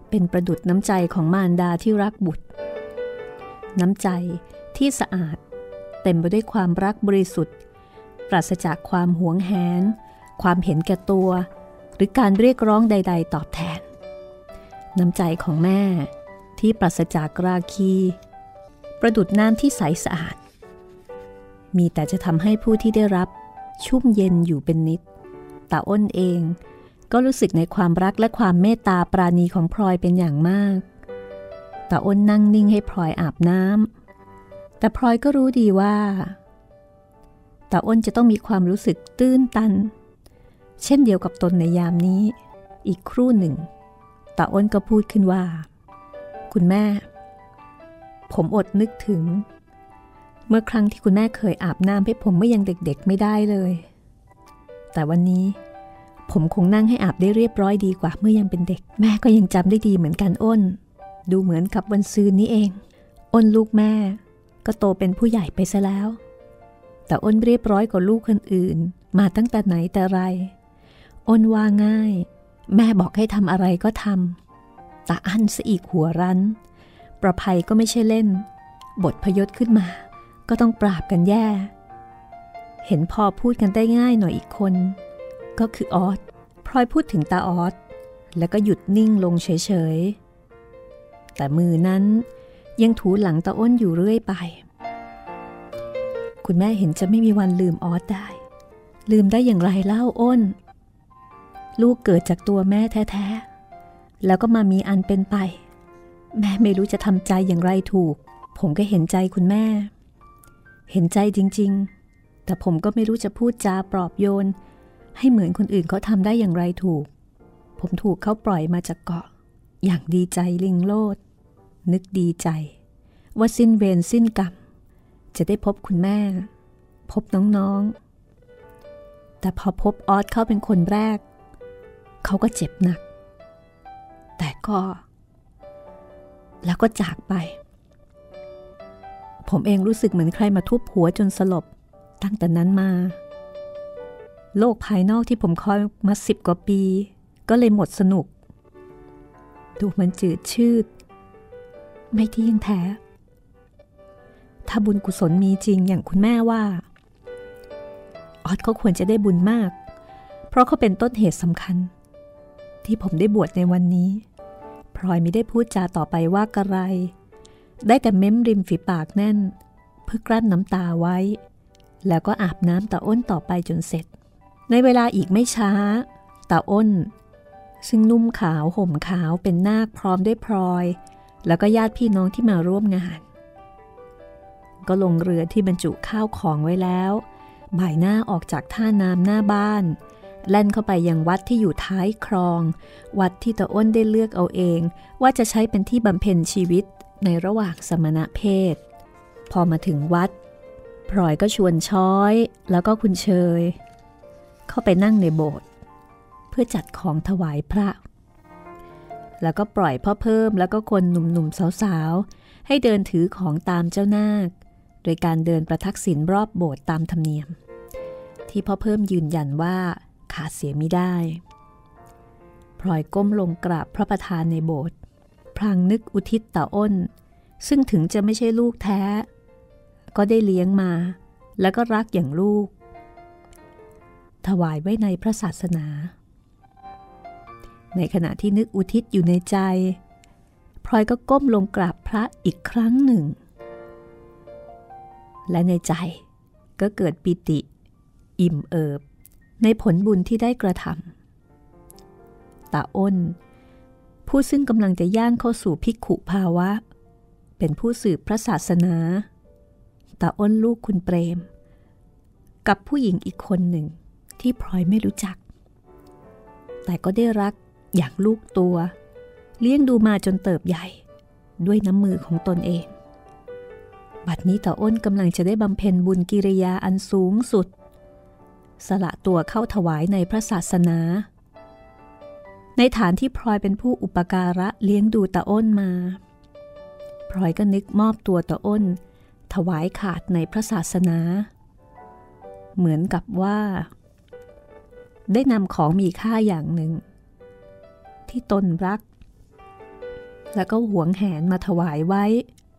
เป็นประดุจน้ำใจของมารดาที่รักบุตรน้ำใจที่สะอาดเต็มไปด้วยความรักบริสุทธิ์ปราศจากความหวงแหนความเห็นแก่ตัวหรือการเรียกร้องใดๆตอบแทนน้ำใจของแม่ที่ปราศจากราคีประดุจน้ำที่ใสสะอาดมีแต่จะทำให้ผู้ที่ได้รับชุ่มเย็นอยู่เป็นนิดตาอ้นเองก็รู้สึกในความรักและความเมตตาปราณีของพลอยเป็นอย่างมากตาอ้นนั่งนิ่งให้พลอยอาบน้ำแต่พลอยก็รู้ดีว่าตาอ้นจะต้องมีความรู้สึกตื้นตันเช่นเดียวกับตนในยามนี้อีกครู่หนึ่งตาอ้นก็พูดขึ้นว่าคุณแม่ผมอดนึกถึงเมื่อครั้งที่คุณแม่เคยอาบน้ำให้ผมเมื่อยังเด็กๆไม่ได้เลยแต่วันนี้ผมคงนั่งให้อาบได้เรียบร้อยดีกว่าเมื่อยังเป็นเด็กแม่ก็ยังจำได้ดีเหมือนกันอ้นดูเหมือนกับวันซืนนี้เองอ้นลูกแม่ก็โตเป็นผู้ใหญ่ไปซะแล้วแต่อ้นเรียบร้อยกว่าลูกคนอื่นมาตั้งแต่ไหนแต่ไรอ้นว่าง่ายแม่บอกให้ทำอะไรก็ทำตาอั้นซะอีกหัวรั้นประภัยก็ไม่ใช่เล่นบทพยศขึ้นมาก็ต้องปราบกันแย่เห็นพอพูดกันได้ง่ายหน่อยอีกคนก็คือออสพลอยพูดถึงตาออสแล้วก็หยุดนิ่งลงเฉยๆแต่มือนั้นยังถูหลังตาอ้นอยู่เรื่อยไปคุณแม่เห็นจะไม่มีวันลืมออสได้ลืมได้อย่างไรเล่าอ้นลูกเกิดจากตัวแม่แท้ๆแล้วก็มามีอันเป็นไปแม่ไม่รู้จะทำใจอย่างไรถูกผมก็เห็นใจคุณแม่เห็นใจจริงๆแต่ผมก็ไม่รู้จะพูดจาปลอบโยนให้เหมือนคนอื่นเขาทำได้อย่างไรถูกผมถูกเขาปล่อยมาจากเกาะอย่างดีใจลิงโลดนึกดีใจว่าสิ้นเวรสิ้นกรรมจะได้พบคุณแม่พบน้องๆแต่พอพบออสเขาเป็นคนแรกเขาก็เจ็บหนักแต่ก็แล้วก็จากไปผมเองรู้สึกเหมือนใครมาทุบหัวจนสลบตั้งแต่นั้นมาโลกภายนอกที่ผมคอยมาสิบกว่าปีก็เลยหมดสนุกดูมันจืดชืดไม่เที่ยงแท้ถ้าบุญกุศลมีจริงอย่างคุณแม่ว่าออสเขาควรจะได้บุญมากเพราะเขาเป็นต้นเหตุสำคัญที่ผมได้บวชในวันนี้พลอยไม่ได้พูดจาต่อไปว่ากระไรได้แต่เม้มริมฝีปากแน่นเพื่อกลั้นน้ำตาไว้แล้วก็อาบน้ำตาอ้นต่อไปจนเสร็จในเวลาอีกไม่ช้าตาอ้นซึ่งนุ่มขาวห่มขาวเป็นนาคพร้อมด้วยพลอยแล้วก็ญาติพี่น้องที่มาร่วมงานก็ลงเรือที่บรรจุข้าวของไว้แล้วบ่ายหน้าออกจากท่าน้ำหน้าบ้านแล่นเข้าไปยังวัดที่อยู่ท้ายคลองวัดที่ตาอ้นได้เลือกเอาเองว่าจะใช้เป็นที่บำเพ็ญชีวิตในระหว่างสมณเพศพอมาถึงวัดพลอยก็ชวนช้อยแล้วก็คุณเชยเข้าไปนั่งในโบสถ์เพื่อจัดของถวายพระแล้วก็ปล่อยพ่อเพิ่มแล้วก็คนหนุ่มๆสาวๆให้เดินถือของตามเจ้านาคโดยการเดินประทักษิณรอบโบสถ์ตามธรรมเนียมที่พ่อเพิ่มยืนยันว่าขาดเสียไม่ได้พลอยก้มลงกราบพระประธานในโบสถ์พลางนึกอุทิศตาอ้นซึ่งถึงจะไม่ใช่ลูกแท้ก็ได้เลี้ยงมาแล้วก็รักอย่างลูกถวายไว้ในพระศาสนาในขณะที่นึกอุทิศอยู่ในใจพลอยก็ก้มลงกราบพระอีกครั้งหนึ่งและในใจก็เกิดปิติอิ่มเอิบในผลบุญที่ได้กระทำตาอ้นผู้ซึ่งกำลังจะย่างเข้าสู่ภิกขุภาวะเป็นผู้สืบพระศาสนาตาอ้นลูกคุณเปรมกับผู้หญิงอีกคนหนึ่งที่พลอยไม่รู้จักแต่ก็ได้รักอย่างลูกตัวเลี้ยงดูมาจนเติบใหญ่ด้วยน้ำมือของตนเองบัดนี้ตาอ้นกำลังจะได้บำเพ็ญบุญกิริยาอันสูงสุดสละตัวเข้าถวายในพระศาสนาในฐานที่พลอยเป็นผู้อุปการะเลี้ยงดูตาอ้นมาพลอยก็นึกมอบตัวตาอ้นถวายขาดในพระศาสนาเหมือนกับว่าได้นำของมีค่าอย่างหนึ่งที่ตนรักแล้วก็หวงแหนมาถวายไว้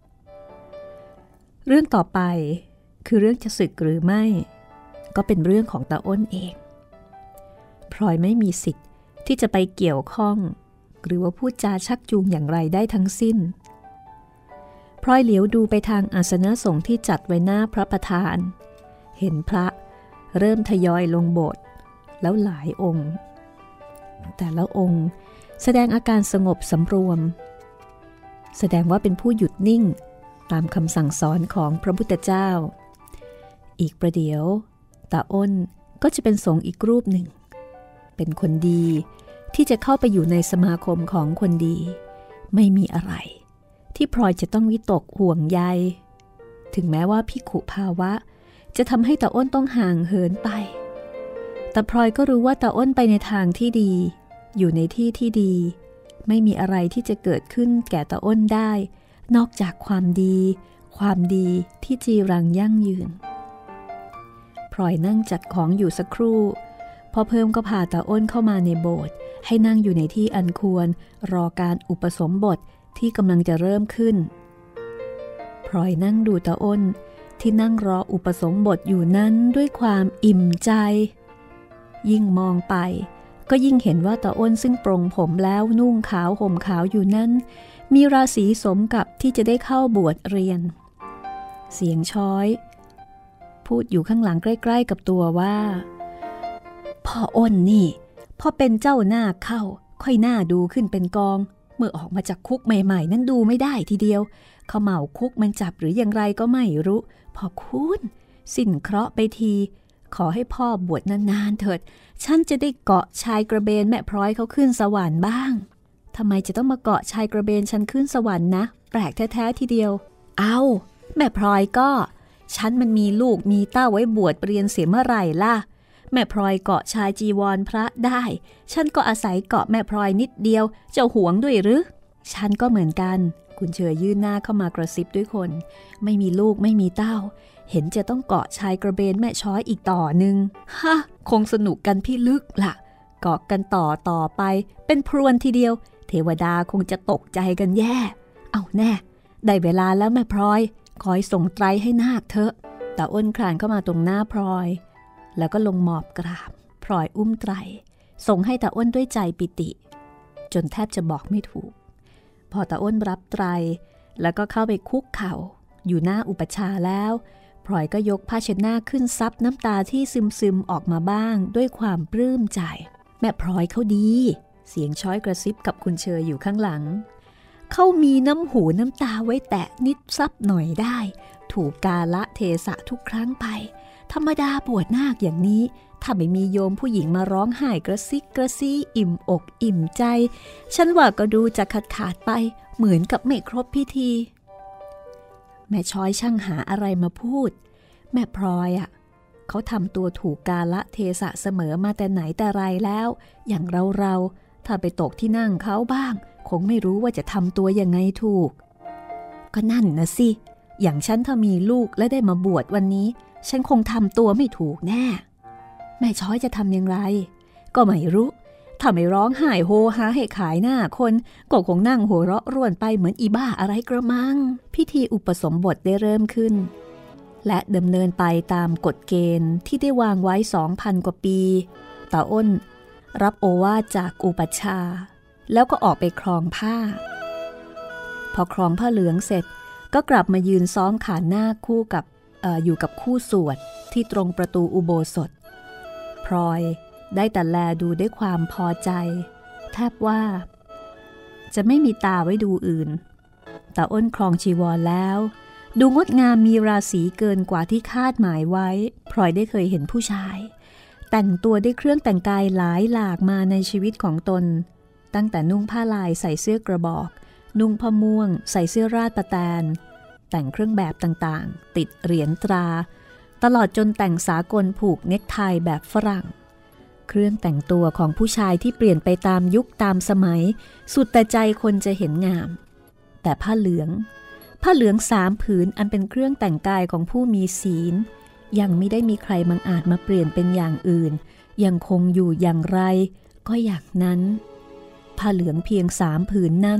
เรื่องต่อไปคือเรื่องจะสึกหรือไม่ก็เป็นเรื่องของตาอ้นเองพลอยไม่มีสิทธิ์ที่จะไปเกี่ยวข้องหรือว่าพูดจาชักจูงอย่างไรได้ทั้งสิ้นพลอยเหลียวดูไปทางอาสนะสงฆ์ที่จัดไว้หน้าพระประธานเห็นพระเริ่มทยอยลงโบสถ์แล้วหลายองค์แต่ละองค์แสดงอาการสงบสำรวมแสดงว่าเป็นผู้หยุดนิ่งตามคำสั่งสอนของพระพุทธเจ้าอีกประเดี๋ยวตาอ้นก็จะเป็นสงฆ์อีกรูปหนึ่งเป็นคนดีที่จะเข้าไปอยู่ในสมาคมของคนดีไม่มีอะไรที่พลอยจะต้องวิตกห่วงใยถึงแม้ว่าภิกขุภาวะจะทำให้ตาอ้นต้องห่างเหินไปแต่พลอยก็รู้ว่าตาอ้นไปในทางที่ดีอยู่ในที่ที่ดีไม่มีอะไรที่จะเกิดขึ้นแก่ตาอ้นได้นอกจากความดีความดีที่จีรังยั่งยืนพลอยนั่งจัดของอยู่สักครู่พอเพิ่มก็พาตาอ้นเข้ามาในโบสถ์ให้นั่งอยู่ในที่อันควรรอการอุปสมบทที่กำลังจะเริ่มขึ้นพลอยนั่งดูตาอ้นที่นั่งรออุปสมบทอยู่นั้นด้วยความอิ่มใจยิ่งมองไปก็ยิ่งเห็นว่าตาอ้นซึ่งปรงผมแล้วนุ่งขาวห่มขาวอยู่นั้นมีราศีสมกับที่จะได้เข้าบวชเรียนเสียงช้อยพูดอยู่ข้างหลังใกล้ๆกับตัวว่าพ่ออ้นนี่พอเป็นเจ้าหน้าเข้าค่อยหน้าดูขึ้นเป็นกองเมื่อออกมาจากคุกใหม่ๆนั้นดูไม่ได้ทีเดียวเขม่าคุกมันจับหรืออย่างไรก็ไม่รู้พอคุณสิ้นเคราะห์ไปทีขอให้พ่อบวชนานๆเถิดฉันจะได้เกาะชายกระเบนแม่พลอยเขาขึ้นสวรรค์บ้างทำไมจะต้องมาเกาะชายกระเบนฉันขึ้นสวรรค์นะแปลกแท้ๆทีเดียวเอาแม่พลอยก็ฉันมันมีลูกมีเต้าไว้บวชเรียนเสียเมื่อไหร่ล่ะแม่พลอยเกาะชายจีวรพระได้ฉันก็อาศัยเกาะแม่พลอยนิดเดียวเจ้าหวงด้วยหรือฉันก็เหมือนกันคุณเชยยื่นหน้าเข้ามากระซิบด้วยคนไม่มีลูกไม่มีเต้าเห็นจะต้องเกาะชายกระเบนแม่ช้อยอีกต่อหนึ่งฮะคงสนุกกันพี่ลึกล่ะเกาะกันต่อต่อไปเป็นพรวนทีเดียวเทวดาคงจะตกใจกันแย่เอาแน่ได้เวลาแล้วแม่พลอยคอยส่งไตรให้นาคเถอะตาอ้นคลานเข้ามาตรงหน้าพลอยแล้วก็ลงหมอบกราบพลอยอุ้มไตรส่งให้ตาอ้นด้วยใจปิติจนแทบจะบอกไม่ถูกพอตาอ้นรับไตรแล้วก็เข้าไปคุกเข่าอยู่หน้าอุปชาแล้วพลอยก็ยกผ้าเช็ดหน้าขึ้นซับน้ำตาที่ซึมๆออกมาบ้างด้วยความปลื้มใจแม่พลอยเขาดีเสียงช้อยกระซิบกับคุณเชยอยู่ข้างหลังเขามีน้ำหูน้ำตาไว้แตะนิดซับหน่อยได้ถูกกาละเทศะทุกครั้งไปธรรมดาบวชนาคอย่างนี้ถ้าไม่มีโยมผู้หญิงมาร้องไห้กระซิกกระซี่อิ่มอกอิ่มใจฉันว่าก็ดูจะขาดขาดไปเหมือนกับไม่ครบพิธีแม่ช้อยช่างหาอะไรมาพูดแม่พลอยอ่ะเขาทำตัวถูกกาละเทศะเสมอมาแต่ไหนแต่ไรแล้วอย่างเราเราถ้าไปตกที่นั่งเขาบ้างคงไม่รู้ว่าจะทำตัวยังไงถูกก็นั่นนะสิอย่างฉันถ้ามีลูกและได้มาบวชวันนี้ฉันคงทำตัวไม่ถูกแน่แม่ช้อยจะทำอย่างไรก็ไม่รู้ถ้าไม่ร้องไห้โฮฮาให้ขายหน้าคนก็คงนั่งหัวเราะร่วนไปเหมือนอีบ้าอะไรกระมังพิธีอุปสมบทได้เริ่มขึ้นและดำเนินไปตามกฎเกณฑ์ที่ได้วางไว้ สองพัน กว่าปีตาอ้นรับโอวาทจากอุปัชฌาย์แล้วก็ออกไปครองผ้าพอครองผ้าเหลืองเสร็จก็กลับมายืนซ้อมขานหน้าคู่กับ เอ่อ อยู่กับคู่สวดที่ตรงประตูอุโบสถพลอยได้แต่แลดูด้วยความพอใจแทบว่าจะไม่มีตาไว้ดูอื่นตาอ้นครองจีวรแล้วดูงดงามมีราศีเกินกว่าที่คาดหมายไว้พลอยได้เคยเห็นผู้ชายแต่งตัวด้วยเครื่องแต่งกายหลายหลากมาในชีวิตของตนตั้งแต่นุ่งผ้าลายใส่เสื้อกระบอกนุ่งผ้าม่วงใส่เสื้อราดประแตนแต่งเครื่องแบบต่างๆติดเหรียญตราตลอดจนแต่งสากลผูกเน็กไทแบบฝรั่งเครื่องแต่งตัวของผู้ชายที่เปลี่ยนไปตามยุคตามสมัยสุดแต่ใจคนจะเห็นงามแต่ผ้าเหลืองผ้าเหลืองสามผืนอันเป็นเครื่องแต่งกายของผู้มีศีลยังไม่ได้มีใครบังอาจมาเปลี่ยนเป็นอย่างอื่นยังคงอยู่อย่างไรก็อย่างนั้นผ้าเหลืองเพียงสามผืนนั้น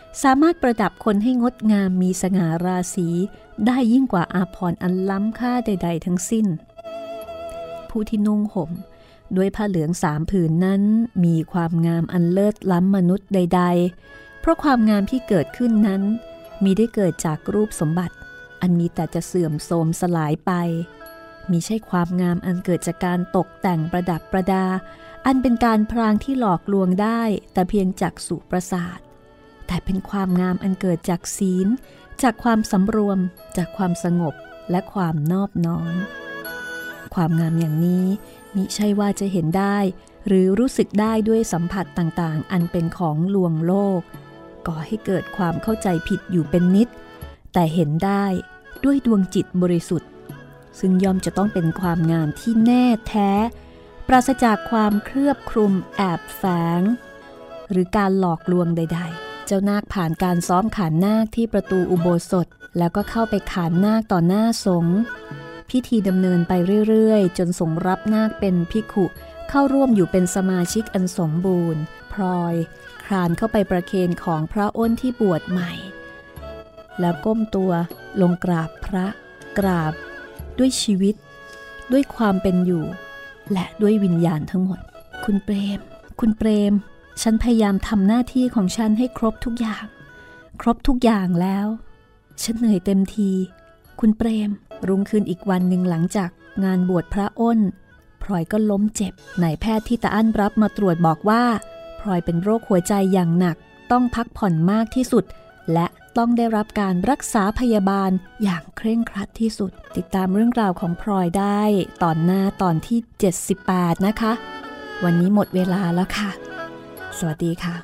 สามารถประดับคนให้งดงามมีสง่าราศีได้ยิ่งกว่าอาภรณ์อันล้ำค่าใดๆทั้งสิ้นผู้ที่นุ่งห่มด้วยผ้าเหลืองสามผืนนั้นมีความงามอันเลิศล้ำมนุษย์ใดๆเพราะความงามที่เกิดขึ้นนั้นมิได้เกิดจากรูปสมบัติอันมีแต่จะเสื่อมโทรมสลายไปมิใช่ความงามอันเกิดจากการตกแต่งประดับประดาอันเป็นการพรางที่หลอกลวงได้แต่เพียงจักษุประสาทแต่เป็นความงามอันเกิดจากศีลจากความสำรวมจากความสงบและความนอบน้อมความงามอย่างนี้มิใช่ว่าจะเห็นได้หรือรู้สึกได้ด้วยสัมผัสต่างๆอันเป็นของลวงโลกก่อให้เกิดความเข้าใจผิดอยู่เป็นนิดแต่เห็นได้ด้วยดวงจิตบริสุทธิ์ซึ่งย่อมจะต้องเป็นความงามที่แน่แท้ปราศจากความเคลือบคลุมแอบแฝงหรือการหลอกลวงใดๆเจ้านาคผ่านการซ้อมขานนาคที่ประตูอุโบสถแล้วก็เข้าไปขานนาคต่อหน้าสงฆ์พิธีดำเนินไปเรื่อยๆจนสงฆ์รับนาคเป็นภิกขุเข้าร่วมอยู่เป็นสมาชิกอันสมบูรณ์พลอยคลานเข้าไปประเคนของพระอ้นที่บวชใหม่แล้วก้มตัวลงกราบพระกราบด้วยชีวิตด้วยความเป็นอยู่และด้วยวิญญาณทั้งหมดคุณเปรมคุณเปรมฉันพยายามทำหน้าที่ของฉันให้ครบทุกอย่างครบทุกอย่างแล้วฉันเหนื่อยเต็มทีคุณเปรมรุ่งขึ้นอีกวันหนึ่งหลังจากงานบวชพระอ้นพลอยก็ล้มเจ็บนายแพทย์ที่ตาอั้นรับมาตรวจบอกว่าพลอยเป็นโรคหัวใจอย่างหนักต้องพักผ่อนมากที่สุดและต้องได้รับการรักษาพยาบาลอย่างเคร่งครัดที่สุดติดตามเรื่องราวของพลอยได้ตอนหน้าตอนที่เจ็ดสิบแปดนะคะวันนี้หมดเวลาแล้วค่ะสวัสดีค่ะ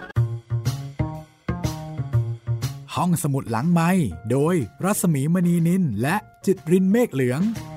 ห้องสมุดหลังไมค์โดยรัศมีมณีนินและจิตรินเมฆเหลือง